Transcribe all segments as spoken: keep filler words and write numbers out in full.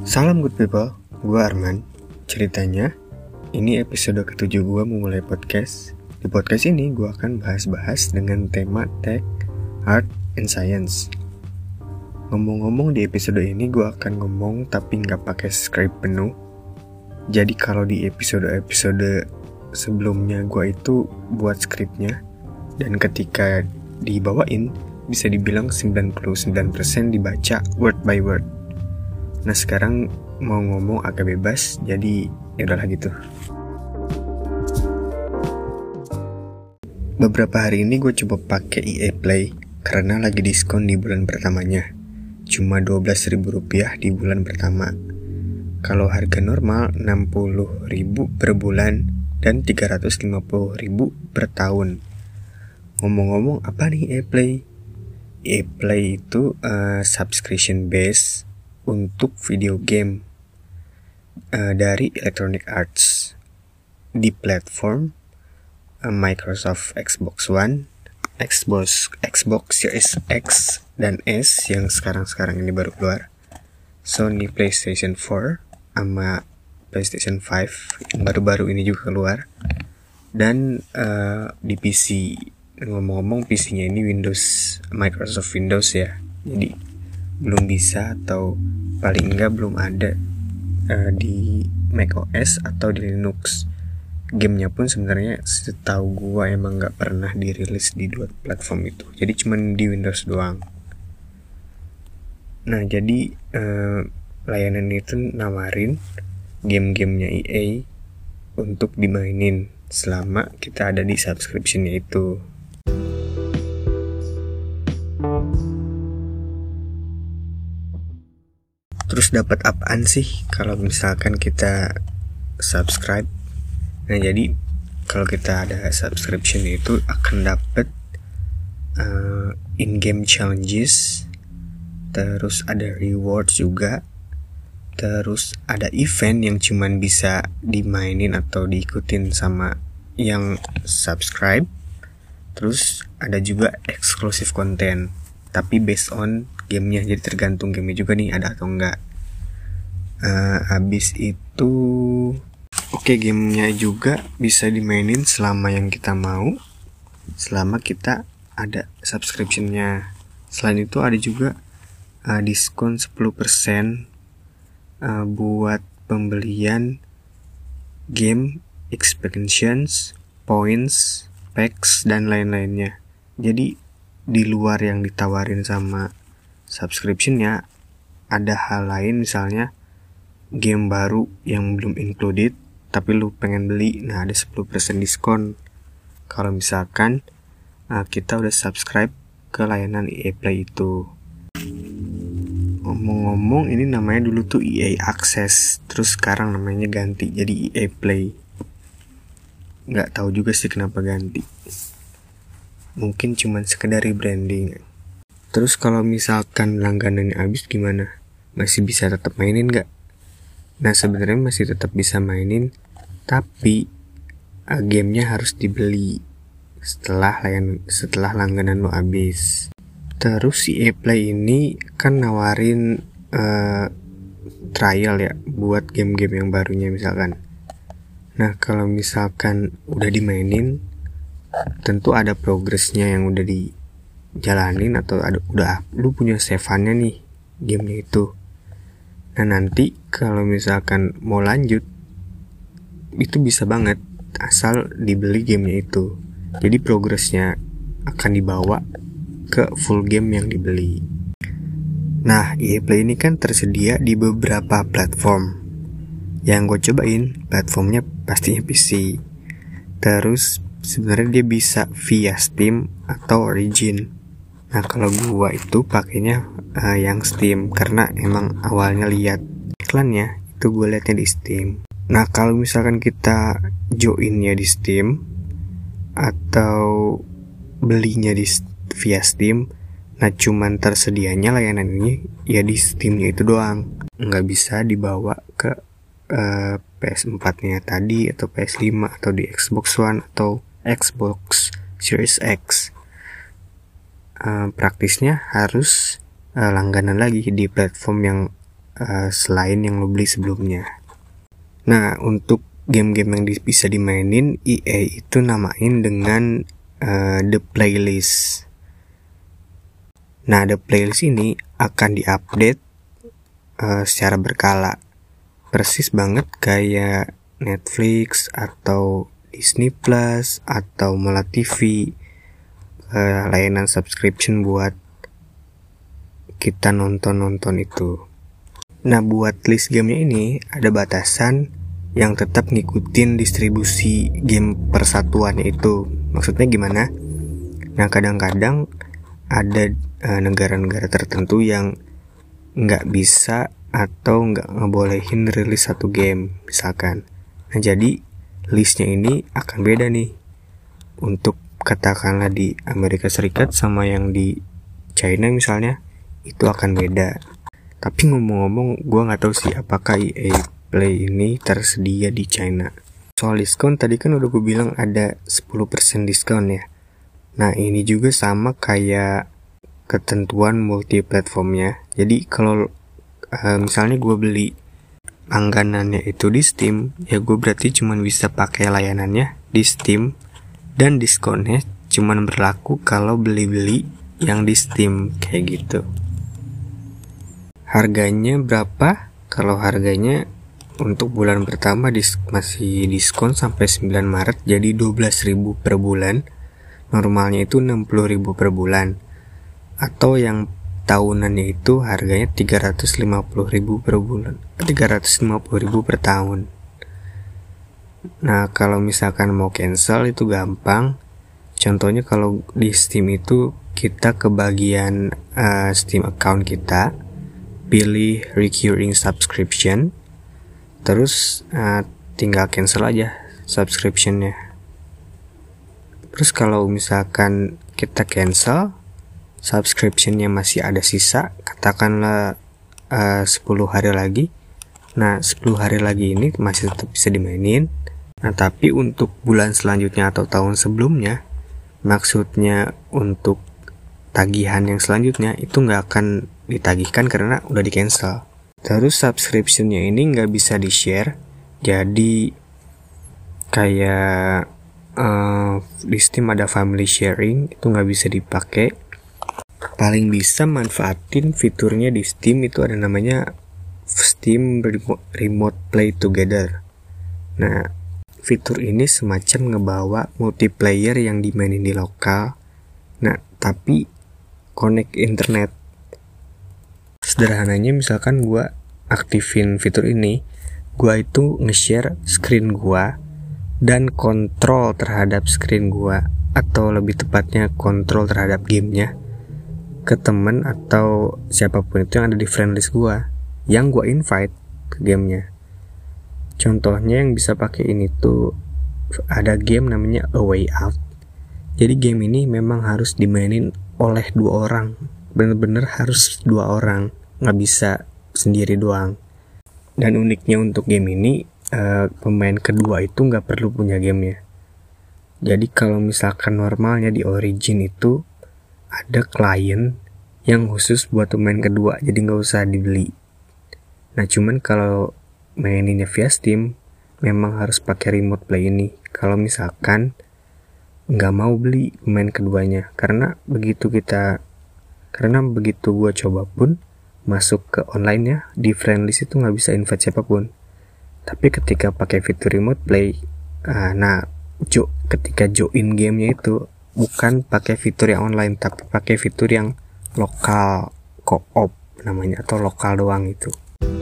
Salam good people, gue Arman. Ceritanya, ini episode ketujuh gue memulai podcast. Di podcast ini gue akan bahas-bahas dengan tema tech, art, and science. Ngomong-ngomong di episode ini gue akan ngomong tapi gak pakai script penuh. Jadi kalau di episode-episode sebelumnya gue itu buat skripnya, dan ketika dibawain bisa dibilang sembilan puluh sembilan persen dibaca word by word. Nah sekarang mau ngomong agak bebas, jadi ya udahlah gitu. Beberapa hari ini gue coba pakai E A Play karena lagi diskon di bulan pertamanya. Cuma dua belas ribu rupiah di bulan pertama. Kalau harga normal enam puluh ribu per bulan dan tiga ratus lima puluh ribu per tahun. Ngomong-ngomong apa nih E A Play? E A Play itu uh, subscription base untuk video game uh, dari Electronic Arts di platform uh, Microsoft Xbox One, Xbox Xbox Series X dan S yang sekarang-sekarang ini baru keluar, Sony PlayStation four sama PlayStation five yang baru-baru ini juga keluar, dan uh, di P C. Ngomong-ngomong P C-nya ini Windows, Microsoft Windows ya, jadi belum bisa atau paling enggak belum ada uh, di macOS atau di Linux. Gamenya pun sebenarnya setahu gua emang nggak pernah dirilis di dua platform itu, jadi cuma di Windows doang. Nah jadi uh, layanan itu nawarin game-gamenya E A untuk dimainin selama kita ada di subscription-nya itu. Terus dapat apaan sih kalau misalkan kita subscribe? Nah jadi kalau kita ada subscription itu akan dapat uh, in-game challenges, terus ada rewards juga, terus ada event yang cuman bisa dimainin atau diikutin sama yang subscribe. Terus ada juga eksklusif konten, tapi based on gamenya, jadi tergantung gamenya juga nih ada atau enggak. Uh, habis itu oke okay, gamenya juga bisa dimainin selama yang kita mau, selama kita ada subscriptionnya. Selain itu ada juga uh, diskon sepuluh persen uh, buat pembelian game, expansions, points, packs, dan lain-lainnya. Jadi di luar yang ditawarin sama subscription-nya ada hal lain, misalnya game baru yang belum included tapi lu pengen beli, nah ada sepuluh persen diskon kalau misalkan uh, kita udah subscribe ke layanan E A Play itu. Ngomong-ngomong ini namanya dulu tuh E A Access, terus sekarang namanya ganti jadi E A Play. Nggak tahu juga sih kenapa ganti, mungkin cuman sekedar rebranding. Terus kalau misalkan langganannya habis gimana? Masih bisa tetap mainin nggak? Nah sebenarnya masih tetap bisa mainin, tapi uh, gamenya harus dibeli setelah layan setelah langganan lo habis. Terus si E A Play ini kan nawarin uh, trial ya buat game-game yang barunya misalkan. Nah kalau misalkan udah dimainin, tentu ada progresnya yang udah dijalanin atau ada udah lu punya save-annya nih gamenya itu. Nah nanti kalau misalkan mau lanjut itu bisa banget asal dibeli gamenya itu. Jadi progresnya akan dibawa ke full game yang dibeli. Nah E A Play ini kan tersedia di beberapa platform. Yang gue cobain platformnya pastinya P C. Terus sebenarnya dia bisa via Steam atau Origin. Nah kalau gua itu pakainya uh, yang Steam karena emang awalnya lihat iklannya itu gue liatnya di Steam. Nah kalau misalkan kita joinnya di Steam atau belinya di via Steam, nah cuman tersedianya layanan ini ya di Steamnya itu doang, nggak bisa dibawa ke uh, P S four-nya tadi atau P S five atau di Xbox One atau Xbox Series X. Uh, praktisnya harus uh, langganan lagi di platform yang uh, selain yang lo beli sebelumnya. Nah, untuk game-game yang di- bisa dimainin, E A itu namain dengan uh, The Playlist. Nah, The Playlist ini akan diupdate uh, secara berkala, persis banget kayak Netflix atau Disney Plus atau malah T V, uh, layanan subscription buat kita nonton-nonton itu. Nah, buat list gamenya ini ada batasan yang tetap ngikutin distribusi game persatuannya itu. Maksudnya gimana? Nah, kadang-kadang ada uh, negara-negara tertentu yang nggak bisa atau nggak ngebolehin rilis satu game, misalkan. Nah, jadi listnya ini akan beda nih. Untuk katakanlah di Amerika Serikat sama yang di China misalnya, itu akan beda. Tapi ngomong-ngomong, gue nggak tahu sih apakah E A Play ini tersedia di China. Soal diskon tadi kan udah gue bilang ada sepuluh persen diskon ya. Nah, ini juga sama kayak ketentuan multi platformnya. Jadi kalau uh, misalnya gue beli langganannya itu di Steam, ya gue berarti cuma bisa pakai layanannya di Steam, dan diskonnya cuma berlaku kalau beli-beli yang di Steam kayak gitu. Harganya berapa? Kalau harganya untuk bulan pertama dis- masih diskon sampai sembilan Maret, jadi dua belas ribu per bulan. Normalnya itu enam puluh ribu per bulan. Atau yang tahunannya itu harganya tiga ratus lima puluh ribu per bulan, tiga ratus lima puluh ribu per tahun. Nah, kalau misalkan mau cancel itu gampang. Contohnya kalau di Steam itu kita ke bagian uh, Steam account kita, pilih recurring subscription, terus uh, tinggal cancel aja subscriptionnya. Terus kalau misalkan kita cancel, subscriptionnya masih ada sisa, katakanlah uh, sepuluh hari lagi. Nah, sepuluh hari lagi ini masih tetap bisa dimainin. Nah, tapi untuk bulan selanjutnya atau tahun sebelumnya, maksudnya untuk tagihan yang selanjutnya itu nggak akan ditagihkan karena udah di cancel. Terus subscriptionnya ini nggak bisa di share, jadi kayak uh, di Steam ada family sharing, itu nggak bisa dipakai. Paling bisa manfaatin fiturnya di Steam itu ada namanya Steam Remote Play Together. Nah, fitur ini semacam ngebawa multiplayer yang dimainin di lokal. Nah, tapi connect internet. Sederhananya misalkan gue aktifin fitur ini, gue itu nge-share screen gue dan kontrol terhadap screen gue, atau lebih tepatnya kontrol terhadap gamenya, ke temen atau siapapun itu yang ada di friendlist gue, yang gue invite ke gamenya. Contohnya yang bisa pakai ini tuh ada game namanya A Way Out. Jadi game ini memang harus dimainin oleh dua orang, bener-bener harus dua orang, nggak bisa sendiri doang. Dan uniknya untuk game ini, uh, pemain kedua itu nggak perlu punya gamenya. Jadi kalau misalkan normalnya di Origin itu ada klien yang khusus buat pemain kedua, jadi nggak usah dibeli. Nah, cuman kalau maininnya via Steam, memang harus pakai remote play ini. Kalau misalkan nggak mau beli pemain keduanya, karena begitu kita, karena begitu gua coba pun masuk ke online-nya di friendlist itu nggak bisa invite siapapun. Tapi ketika pakai fitur remote play, uh, nah jo, ketika join gamenya itu bukan pakai fitur yang online, tapi pakai fitur yang lokal co-op namanya, atau lokal doang itu.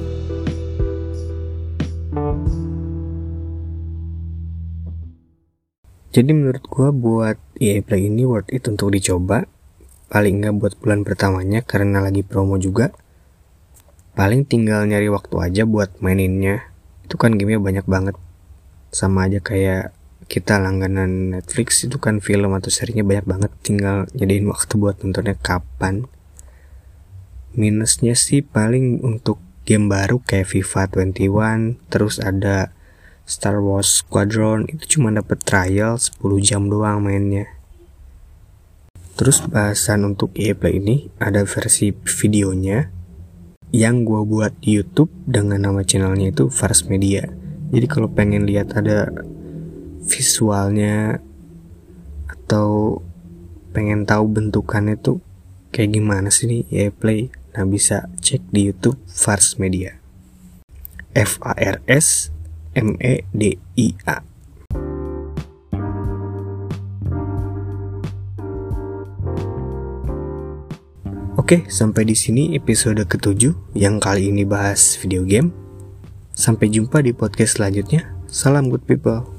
Jadi menurut gue buat E A Play ini worth it untuk dicoba. Paling nggak buat bulan pertamanya karena lagi promo juga. Paling tinggal nyari waktu aja buat maininnya. Itu kan gamenya banyak banget. Sama aja kayak kita langganan Netflix, itu kan film atau serinya banyak banget. Tinggal nyediain waktu buat nontonnya kapan. Minusnya sih paling untuk game baru kayak FIFA dua puluh satu, terus ada Star Wars Squadron, itu cuma dapat trial sepuluh jam doang mainnya. Terus bahasan untuk E A Play ini ada versi videonya, yang gue buat di YouTube dengan nama channelnya itu Vars Media. Jadi kalau pengen lihat ada visualnya atau pengen tahu bentukannya tuh kayak gimana sih nih E A Play, nah bisa cek di YouTube Vars Media. F A R S M E D I A. Oke, sampai di sini episode ketujuh yang kali ini bahas video game. Sampai jumpa di podcast selanjutnya. Salam good people.